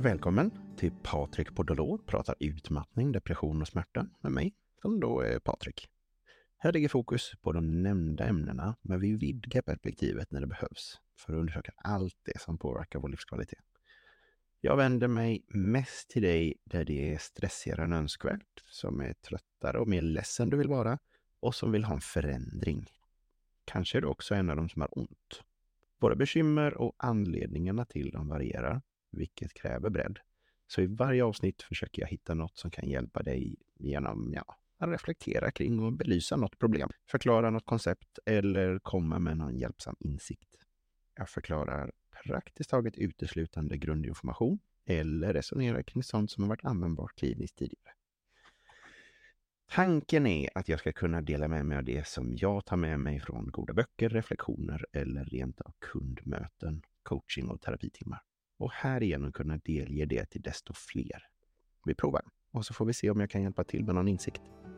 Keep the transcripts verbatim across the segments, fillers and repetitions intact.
Välkommen till Patrik Podolor pratar utmattning, depression och smärta med mig, som då är Patrik. Här ligger fokus på de nämnda ämnena, men vi vidgar perspektivet när det behövs för att undersöka allt det som påverkar vår livskvalitet. Jag vänder mig mest till dig där det är stressigare än önskvärt, som är tröttare och mer ledsen du vill vara och som vill ha en förändring. Kanske är du också en av dem som har ont. Våra bekymmer och anledningarna till dem varierar, vilket kräver bredd. Så i varje avsnitt försöker jag hitta något som kan hjälpa dig genom ja, att reflektera kring och belysa något problem, förklara något koncept eller komma med någon hjälpsam insikt. Jag förklarar praktiskt taget uteslutande grundinformation eller resonerar kring sånt som har varit användbart kliniskt tidigare. Tanken är att jag ska kunna dela med mig av det som jag tar med mig från goda böcker, reflektioner eller rent av kundmöten, coaching och terapitimmar. Och härigenom kunna delge det till desto fler. Vi provar och så får vi se om jag kan hjälpa till med någon insikt.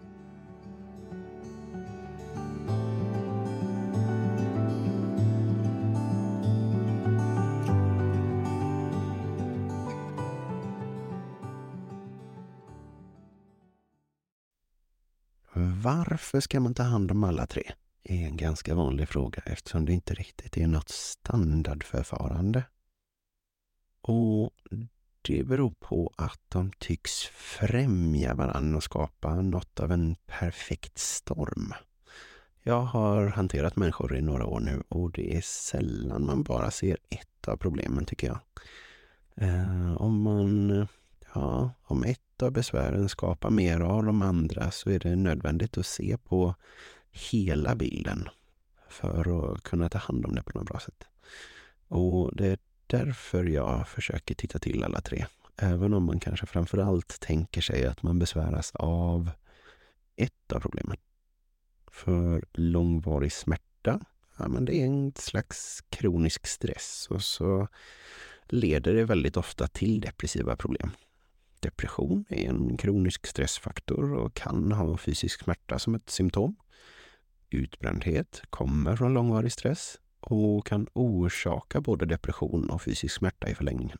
Varför ska man ta hand om alla tre? Är en ganska vanlig fråga eftersom det inte riktigt är något standardförfarande. Och det beror på att de tycks främja varandra och skapa något av en perfekt storm. Jag har hanterat människor i några år nu och det är sällan man bara ser ett av problemen tycker jag. Eh, om man, ja, om ett av besvären skapar mer av de andra så är det nödvändigt att se på hela bilden för att kunna ta hand om det på något bra sätt. Och det är därför jag försöker titta till alla tre. Även om man kanske framförallt tänker sig att man besväras av ett av problemen. För långvarig smärta, ja, men det är en slags kronisk stress och så leder det väldigt ofta till depressiva problem. Depression är en kronisk stressfaktor och kan ha fysisk smärta som ett symptom. Utbrändhet kommer från långvarig stress och kan orsaka både depression och fysisk smärta i förlängningen.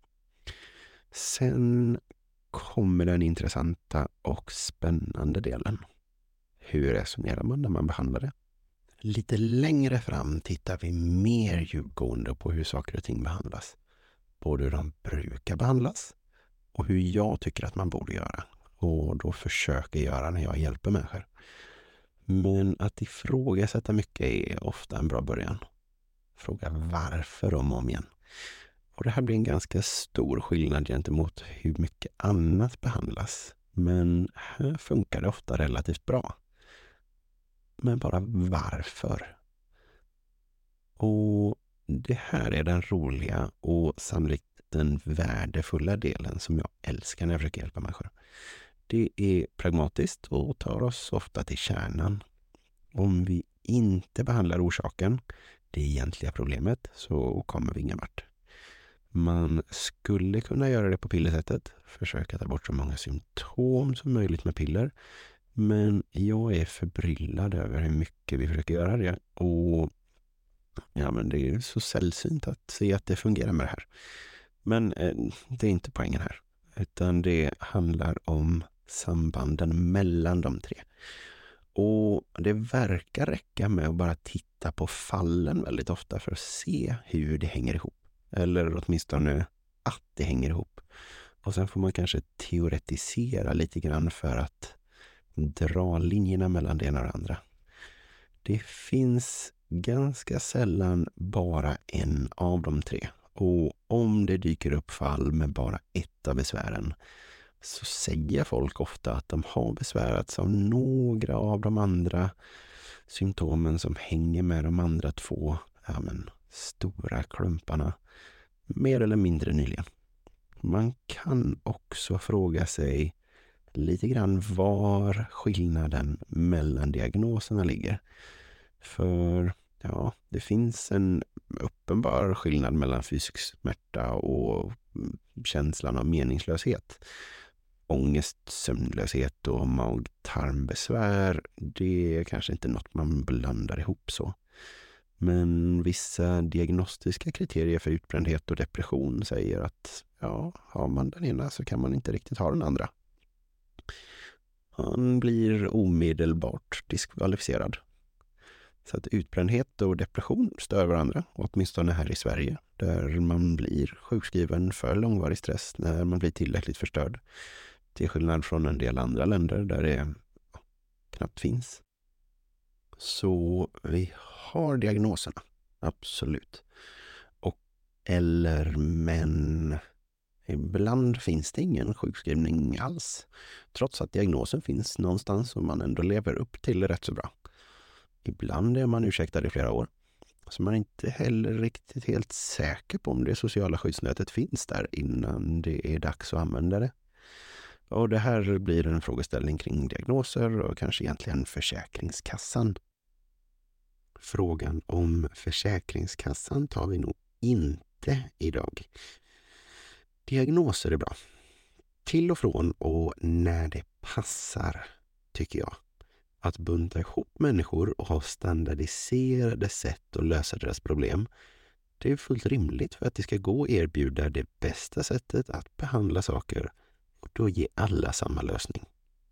Sen kommer den intressanta och spännande delen. Hur resonerar man när man behandlar det? Lite längre fram tittar vi mer djupgående på hur saker och ting behandlas. Både hur de brukar behandlas och hur jag tycker att man borde göra. Och då försöker göra när jag hjälper människor. Men att ifrågasätta mycket är ofta en bra början. Fråga varför om och om igen. Och det här blir en ganska stor skillnad gentemot hur mycket annat behandlas. Men här funkar det ofta relativt bra. Men bara varför? Och det här är den roliga och sannolikt den värdefulla delen som jag älskar när jag försöker hjälpa människor. Det är pragmatiskt och tar oss ofta till kärnan. Om vi inte behandlar orsaken, det egentliga problemet, så kommer vi ingen vart. Man skulle kunna göra det på pillersättet, försöka ta bort så många symptom som möjligt med piller. Men jag är förbryllad över hur mycket vi försöker göra det. Och ja, men det är så sällsynt att se att det fungerar med det här. Men eh, det är inte poängen här. Utan det handlar om sambanden mellan de tre. Och det verkar räcka med att bara titta på fallen väldigt ofta för att se hur det hänger ihop. Eller åtminstone att det hänger ihop. Och sen får man kanske teoretisera lite grann för att dra linjerna mellan det ena och det andra. Det finns ganska sällan bara en av de tre. Och om det dyker upp fall med bara ett av besvären så säger folk ofta att de har besvärats av några av de andra symptomen som hänger med de andra två ja, men, stora klumparna mer eller mindre nyligen. Man kan också fråga sig lite grann var skillnaden mellan diagnoserna ligger. För ja, det finns en uppenbar skillnad mellan fysisk smärta och känslan av meningslöshet. Ångest, sömnlöshet och mag-tarmbesvär, det är kanske inte något man blandar ihop så. Men vissa diagnostiska kriterier för utbrändhet och depression säger att ja, har man den ena så kan man inte riktigt ha den andra. Han blir omedelbart diskvalificerad. Så att utbrändhet och depression stör varandra, åtminstone här i Sverige, där man blir sjukskriven för långvarig stress när man blir tillräckligt förstörd. Till skillnad från en del andra länder där det knappt finns. Så vi har diagnoserna, absolut. Och eller men ibland finns det ingen sjukskrivning alls. Trots att diagnosen finns någonstans och man ändå lever upp till det rätt så bra. Ibland är man ursäktad i flera år. Så man är inte heller riktigt helt säker på om det sociala skyddsnätet finns där innan det är dags att använda det. Och det här blir en frågeställning kring diagnoser och kanske egentligen Försäkringskassan. Frågan om Försäkringskassan tar vi nog inte idag. Diagnoser är bra. Till och från och när det passar, tycker jag. Att bunta ihop människor och ha standardiserade sätt att lösa deras problem, det är fullt rimligt för att det ska gå att erbjuda det bästa sättet att behandla saker och då ger alla samma lösning.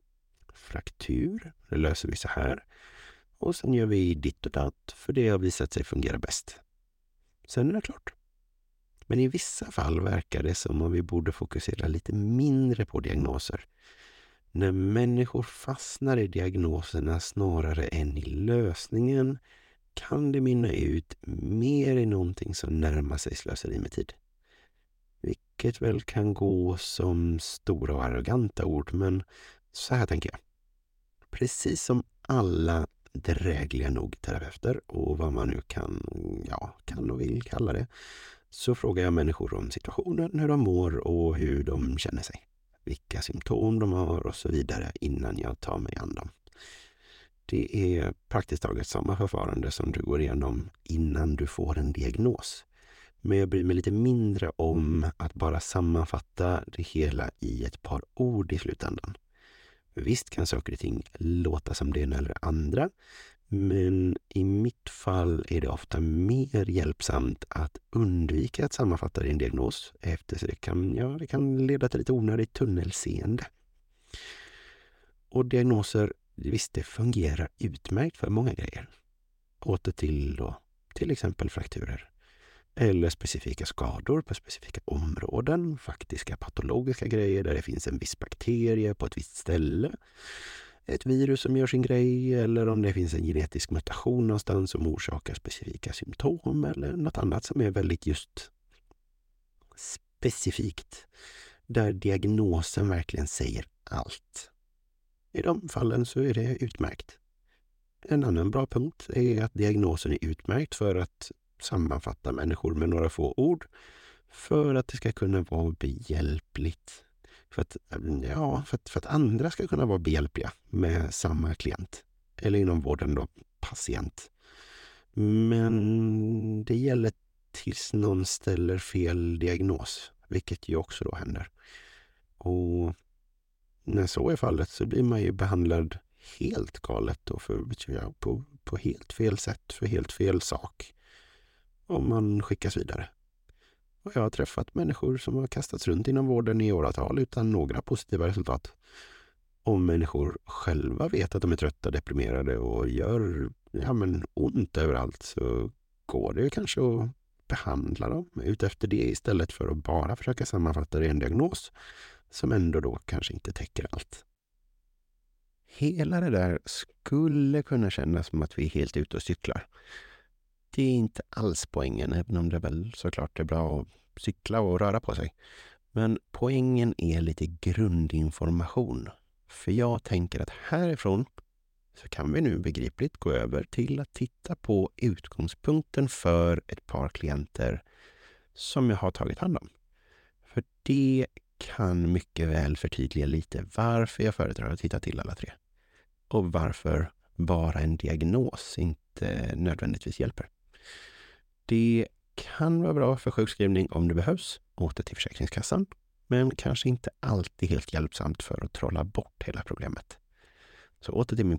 Fraktur, det löser vi så här. Och sen gör vi ditt och datt för det har visat sig fungera bäst. Sen är det klart. Men i vissa fall verkar det som om vi borde fokusera lite mindre på diagnoser. När människor fastnar i diagnoserna snarare än i lösningen kan det mynna ut mer i någonting som närmar sig slöseri med tid. Vilket väl kan gå som stora och arroganta ord, men så här tänker jag. Precis som alla drägliga nog terapeuter och vad man nu kan, ja, kan och vill kalla det, så frågar jag människor om situationen, hur de mår och hur de känner sig. Vilka symptom de har och så vidare innan jag tar mig an dem. Det är praktiskt taget samma förfarande som du går igenom innan du får en diagnos. Men jag bryr mig lite mindre om att bara sammanfatta det hela i ett par ord i slutändan. Visst kan saker och ting låta som det ena eller andra, men i mitt fall är det ofta mer hjälpsamt att undvika att sammanfatta din diagnos eftersom det kan, ja, det kan leda till lite onödigt tunnelseende. Och diagnoser, visst det fungerar utmärkt för många grejer. Åter till då, till exempel frakturer. Eller specifika skador på specifika områden, faktiska patologiska grejer där det finns en viss bakterie på ett visst ställe. Ett virus som gör sin grej eller om det finns en genetisk mutation någonstans som orsakar specifika symptom eller något annat som är väldigt just specifikt. Där diagnosen verkligen säger allt. I de fallen så är det utmärkt. En annan bra punkt är att diagnosen är utmärkt för att sammanfatta människor med några få ord för att det ska kunna vara behjälpligt. För att, ja, för att, för att andra ska kunna vara behjälpliga med samma klient. Eller inom vården då, patient. Men det gäller tills någon ställer fel diagnos. Vilket ju också då händer. Och när så är fallet så blir man ju behandlad helt galet och för, ja, på, på helt fel sätt för helt fel sak. Och man skickas vidare. Och jag har träffat människor som har kastats runt inom vården i åratal utan några positiva resultat. Om människor själva vet att de är trötta, deprimerade och gör ja, men ont överallt så går det kanske att behandla dem utefter det istället för att bara försöka sammanfatta det i en diagnos som ändå då kanske inte täcker allt. Hela det där skulle kunna kännas som att vi är helt ute och cyklar. Det är inte alls poängen, även om det väl såklart är bra att cykla och röra på sig. Men poängen är lite grundinformation. För jag tänker att härifrån så kan vi nu begripligt gå över till att titta på utgångspunkten för ett par klienter som jag har tagit hand om. För det kan mycket väl förtydliga lite varför jag föredrar att titta till alla tre. Och varför bara en diagnos inte nödvändigtvis hjälper. Det kan vara bra för sjukskrivning om det behövs, åter till Försäkringskassan, men kanske inte alltid helt hjälpsamt för att trolla bort hela problemet. Så åter till min poäng.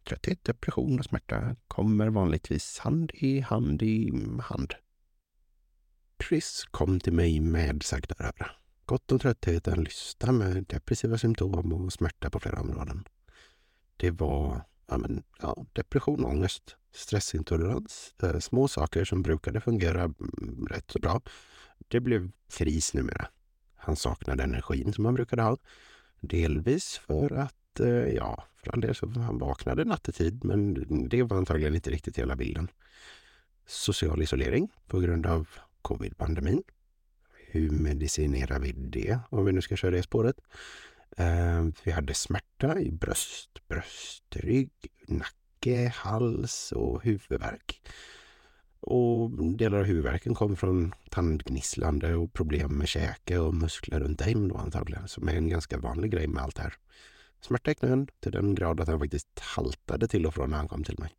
trötthet, depression och smärta kommer vanligtvis hand i hand i hand. Chris kom till mig med sagda röra. Gott och tröttheten lysta med depressiva symptom och smärta på flera områden. Det var ja, men, ja, depression, ångest, stressintolerans, små saker som brukade fungera rätt så bra. Det blev kris numera. Han saknade energin som han brukade ha. Delvis för att, ja, för all del så han vaknade nattetid, men det var antagligen inte riktigt hela bilden. Social isolering på grund av covid-pandemin. Hur medicinerar vi det om vi nu ska köra det spåret? Uh, vi hade smärta i bröst, bröstrygg, nacke, hals och huvudvärk. Och delar av huvudvärken kom från tandgnisslande och problem med käke och muskler runt ejm då antagligen, som är en ganska vanlig grej med allt det här. Smärta i knän till den grad att han faktiskt haltade till och från när han kom till mig.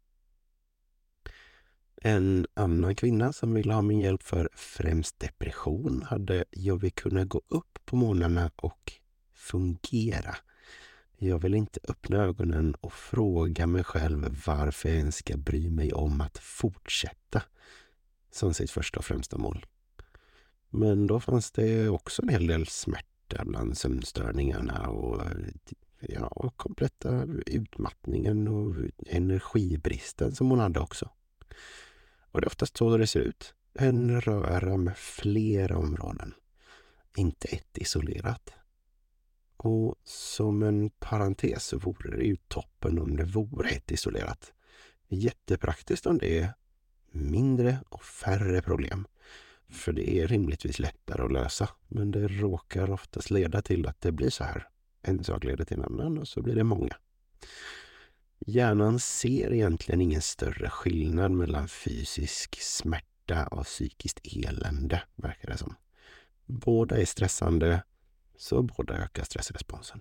En annan kvinna som ville ha min hjälp för främst depression hade jag vill kunna gå upp på morgnarna och fungera. Jag vill inte öppna ögonen och fråga mig själv varför jag ens ska bry mig om att fortsätta som sitt första och främsta mål. Men då fanns det också en hel del smärta bland sömnstörningarna och ja, kompletta utmattningen och energibristen som hon hade också. Och det är oftast så det ser ut. En röra med flera områden. Inte ett isolerat. Och som en parentes så vore det ju toppen om det vore ett isolerat. Jättepraktiskt om det är mindre och färre problem. För det är rimligtvis lättare att lösa. Men det råkar oftast leda till att det blir så här. En sak leder till en annan och så blir det många. Hjärnan ser egentligen ingen större skillnad mellan fysisk smärta och psykiskt elände, verkar det som. Båda är stressande, så båda ökar stressresponsen.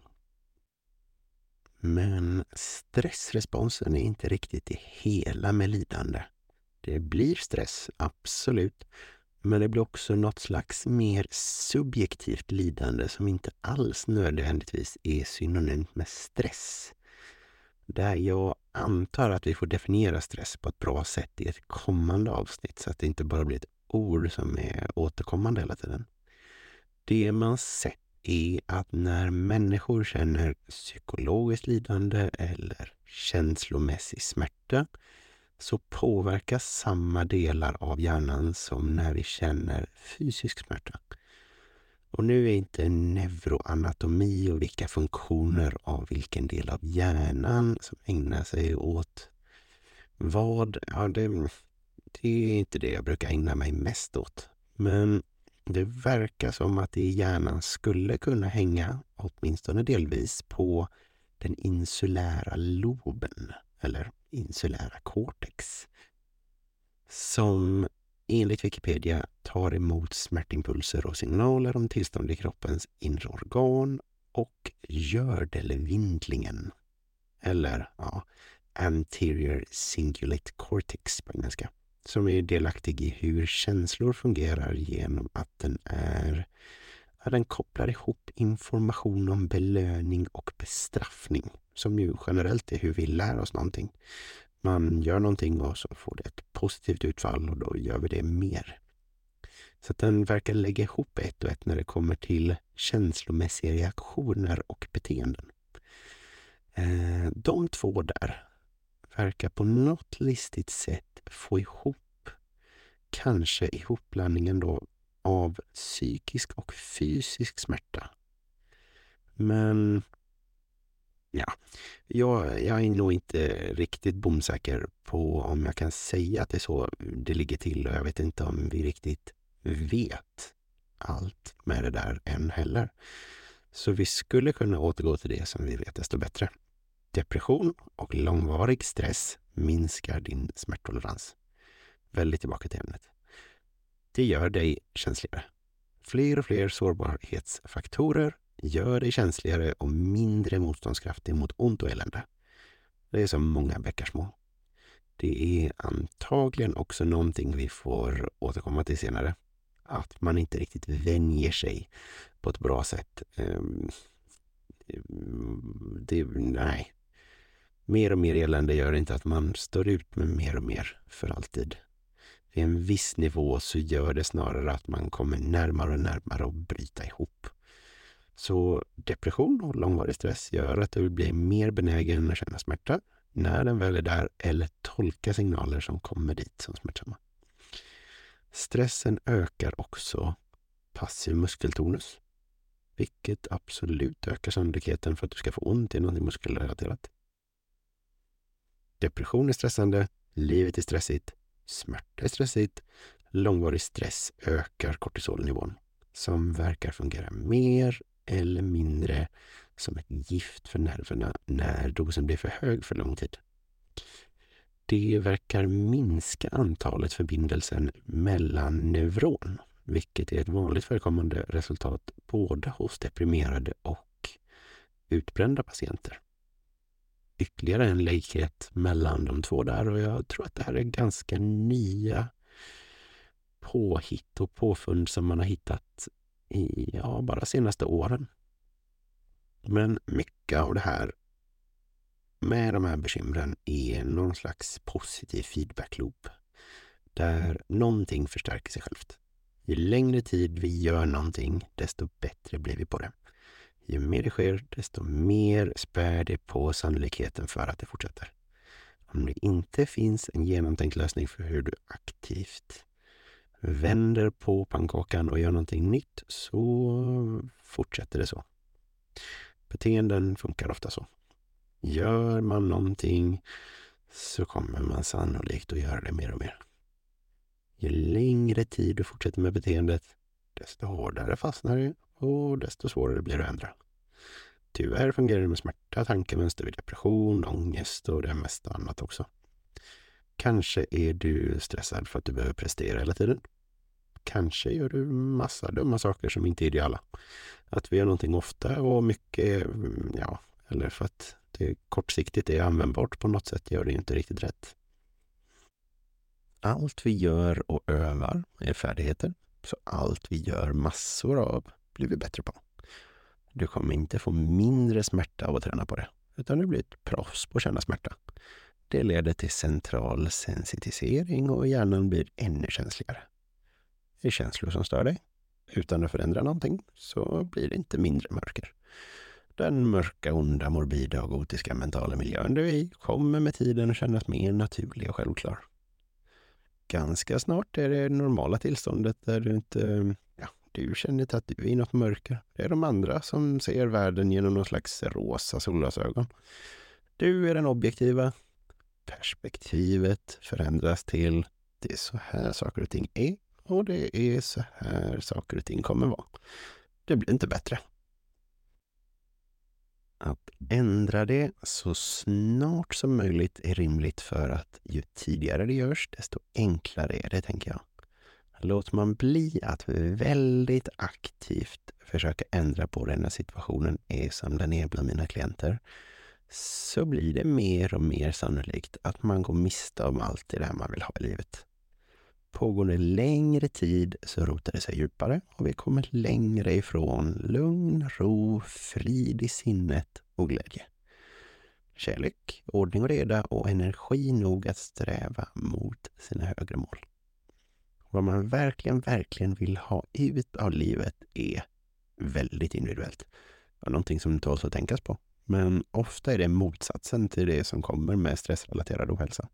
Men stressresponsen är inte riktigt det hela med lidande. Det blir stress, absolut. Men det blir också något slags mer subjektivt lidande som inte alls nödvändigtvis är synonymt med stress. Där jag antar att vi får definiera stress på ett bra sätt i ett kommande avsnitt så att det inte bara blir ett ord som är återkommande hela tiden. Det man sett är att när människor känner psykologiskt lidande eller känslomässig smärta så påverkas samma delar av hjärnan som när vi känner fysisk smärta. Och nu är inte neuroanatomi och vilka funktioner av vilken del av hjärnan som ägnar sig åt vad, ja det, det är inte det jag brukar ägna mig mest åt. Men det verkar som att det i hjärnan skulle kunna hänga, åtminstone delvis, på den insulära loben, eller insulära cortex, som enligt Wikipedia tar emot smärtimpulser och signaler om tillstånd i kroppens inre organ och gördelvindlingen, eller ja, anterior cingulate cortex på engelska, som är delaktig i hur känslor fungerar genom att den är ja, den kopplar ihop information om belöning och bestraffning, som ju generellt är hur vi lär oss någonting. Man gör någonting och så får det ett positivt utfall och då gör vi det mer. Så att den verkar lägga ihop ett och ett när det kommer till känslomässiga reaktioner och beteenden. Eh, de två där verkar på något listigt sätt få ihop kanske ihopblandningen då av psykisk och fysisk smärta. Men ja, jag, jag är nog inte riktigt bomsäker på om jag kan säga att det är så det ligger till och jag vet inte om vi riktigt vet allt med det där än heller. Så vi skulle kunna återgå till det som vi vet desto bättre. Depression och långvarig stress minskar din smärttolerans. Väldigt tillbaka till ämnet. Det gör dig känsligare. Fler och fler sårbarhetsfaktorer gör dig känsligare och mindre motståndskraftig mot ont och elände. Det är som många bäckar små. Det är antagligen också någonting vi får återkomma till senare. Att man inte riktigt vänjer sig på ett bra sätt. Det, nej. Mer och mer elände gör inte att man står ut med mer och mer för alltid. Vid en viss nivå så gör det snarare att man kommer närmare och närmare att bryta ihop. Så depression och långvarig stress gör att du blir mer benägen att känna smärta när den väl är där eller tolka signaler som kommer dit som smärtsamma. Stressen ökar också passiv muskeltonus, vilket absolut ökar sannolikheten för att du ska få ont i något muskelrelaterat. Depression är stressande, livet är stressigt, smärta är stressigt, långvarig stress ökar kortisolnivån som verkar fungera mer eller mindre som ett gift för nerverna när dosen blir för hög för lång tid. Det verkar minska antalet förbindelser mellan neuron, vilket är ett vanligt förekommande resultat både hos deprimerade och utbrända patienter. Ytterligare en likhet mellan de två där, och jag tror att det här är ganska nya påhitt och påfund som man har hittat i ja, bara senaste åren. Men mycket av det här med de här bekymren är någon slags positiv feedback-loop där någonting förstärker sig självt. Ju längre tid vi gör någonting, desto bättre blir vi på det. Ju mer det sker, desto mer spär det på sannolikheten för att det fortsätter. Om det inte finns en genomtänkt lösning för hur du aktivt vänder på pannkakan och gör någonting nytt, så fortsätter det så. Beteenden funkar ofta så. Gör man någonting så kommer man sannolikt att göra det mer och mer. Ju längre tid du fortsätter med beteendet, desto hårdare fastnar det och desto svårare blir det att ändra. Tyvärr fungerar det med smärta, tankemönster vid depression, ångest och det mesta annat också. Kanske är du stressad för att du behöver prestera hela tiden. Kanske gör du massa dumma saker som inte är ideala. Att vi gör någonting ofta och mycket, ja, eller för att det kortsiktigt är användbart på något sätt gör det inte riktigt rätt. Allt vi gör och övar är färdigheter, så allt vi gör massor av blir vi bättre på. Du kommer inte få mindre smärta av att träna på det, utan du blir ett proffs på att känna smärta. Det leder till central sensitisering och hjärnan blir ännu känsligare. Det är känslor som stör dig. Utan att förändra någonting så blir det inte mindre mörker. Den mörka, onda, morbida och gotiska mentala miljön du är i kommer med tiden att kännas mer naturlig och självklar. Ganska snart är det normala tillståndet där du inte, ja, du känner till att du är i något mörker. Det är de andra som ser världen genom någon slags rosa solglasögon. Du är den objektiva. Perspektivet förändras till det är så här saker och ting är och det är så här saker och ting kommer vara. Det blir inte bättre. Att ändra det så snart som möjligt är rimligt för att ju tidigare det görs desto enklare är det, tänker jag. Låt man bli att väldigt aktivt försöka ändra på den när situationen är som den är bland mina klienter, så blir det mer och mer sannolikt att man går miste om allt det där man vill ha i livet. Pågår det längre tid så rotar det sig djupare och vi kommer längre ifrån lugn, ro, frid i sinnet och glädje. Kärlek, ordning och reda och energi nog att sträva mot sina högre mål. Vad man verkligen, verkligen vill ha ut av livet är väldigt individuellt. Och någonting som tåls att tänkas på. Men ofta är det motsatsen till det som kommer med stressrelaterad ohälsa.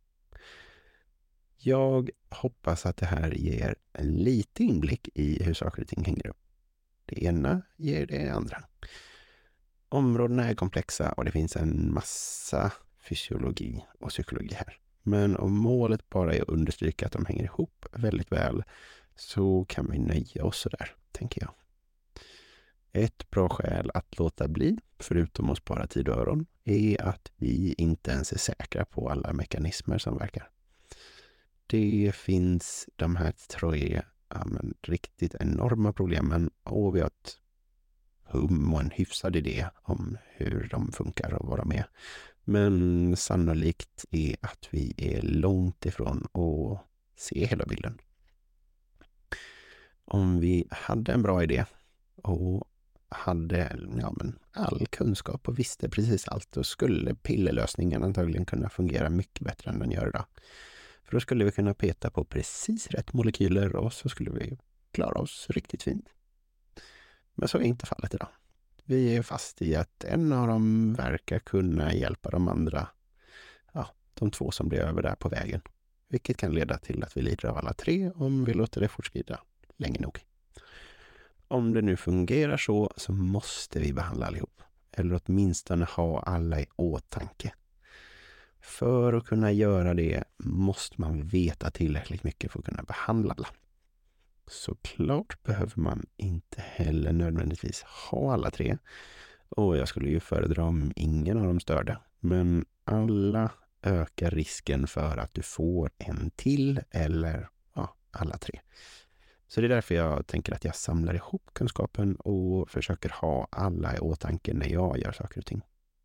Jag hoppas att det här ger en liten inblick i hur saker och ting hänger upp. Det ena ger det andra. Områdena är komplexa och det finns en massa fysiologi och psykologi här. Men om målet bara är att understryka att de hänger ihop väldigt väl så kan vi nöja oss så där, tänker jag. Ett bra skäl att låta bli, förutom att spara tid och öron, är att vi inte ens är säkra på alla mekanismer som verkar. Det finns de här tre ja, men, riktigt enorma problemen och vi har ett hum och en hyfsad idé om hur de funkar och vad de är. Men sannolikt är att vi är långt ifrån att se hela bilden. Om vi hade en bra idé och hade ja, men all kunskap och visste precis allt, då skulle pillerlösningen antagligen kunna fungera mycket bättre än den gör idag. För då skulle vi kunna peta på precis rätt molekyler och så skulle vi klara oss riktigt fint. Men så är inte fallet idag. Vi är fast i att en av dem verkar kunna hjälpa de andra, ja, de två som blir över där på vägen. Vilket kan leda till att vi lider av alla tre om vi låter det fortskrida länge nog. Om det nu fungerar så, så måste vi behandla allihop. Eller åtminstone ha alla i åtanke. För att kunna göra det måste man veta tillräckligt mycket för att kunna behandla alla. Såklart behöver man inte heller nödvändigtvis ha alla tre. Och jag skulle ju föredra om ingen av dem störde. Men alla ökar risken för att du får en till eller ja, alla tre. Så det är därför jag tänker att jag samlar ihop kunskapen och försöker ha alla i åtanke när jag gör saker och ting.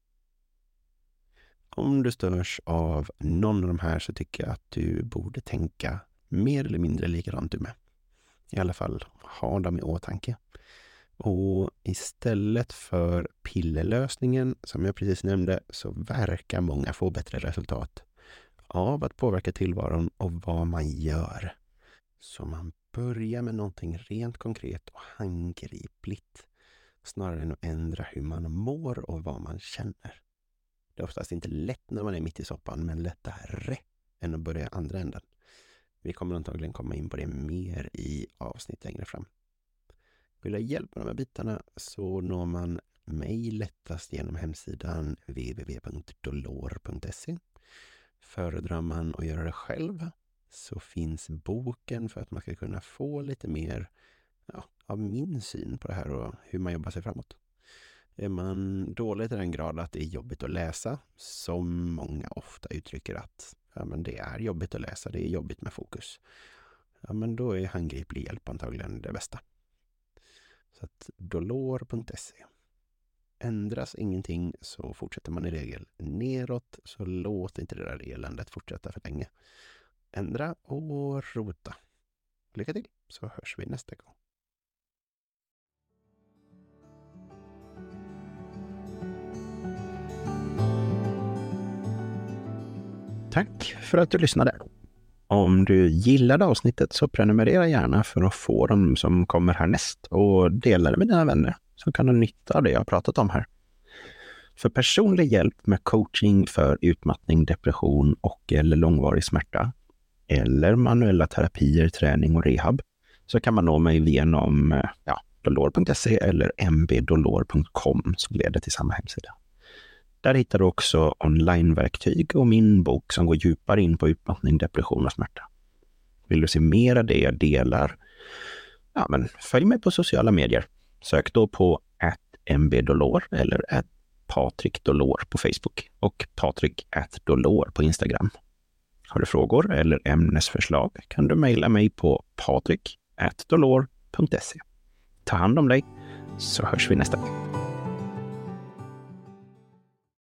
Om du störs av någon av de här så tycker jag att du borde tänka mer eller mindre likadant du med. I alla fall ha dem i åtanke. Och istället för pillerlösningen som jag precis nämnde så verkar många få bättre resultat av att påverka tillvaron och vad man gör. Så man börjar med någonting rent konkret och handgripligt snarare än att ändra hur man mår och vad man känner. Det är oftast inte lätt när man är mitt i soppan, men lättare än att börja andra änden. Vi kommer antagligen komma in på det mer i avsnitt längre fram. Vill jag hjälpa med de här bitarna så når man mig lättast genom hemsidan w w w punkt dolor punkt se. Föredrar man att göra det själv så finns boken för att man ska kunna få lite mer ja, av min syn på det här och hur man jobbar sig framåt. Är man dålig till den grad att det är jobbigt att läsa, som många ofta uttrycker att ja, men det är jobbigt att läsa, det är jobbigt med fokus. Ja, men då är handgriplig hjälp antagligen det bästa. Så att dolor punkt se. Ändras ingenting så fortsätter man i regel neråt, så låt inte det där eländet fortsätta för länge. Ändra och rota. Lycka till, så hörs vi nästa gång. Tack för att du lyssnade. Om du gillade avsnittet så prenumerera gärna för att få dem som kommer härnäst och dela det med dina vänner som kan ha nytta av det jag har pratat om här. För personlig hjälp med coaching för utmattning, depression och eller långvarig smärta eller manuella terapier, träning och rehab så kan man nå mig genom ja, dolor punkt se eller m b dolor punkt com som leder till samma hemsida. Där hittar du också onlineverktyg och min bok som går djupare in på utmattning, depression och smärta. Vill du se mer av det jag delar? Ja, men följ mig på sociala medier. Sök då på at mbdolor eller at patrickdolor på Facebook och patrick at dolor på Instagram. Har du frågor eller ämnesförslag kan du mejla mig på patrick at dolor punkt se. Ta hand om dig så hörs vi nästa gång.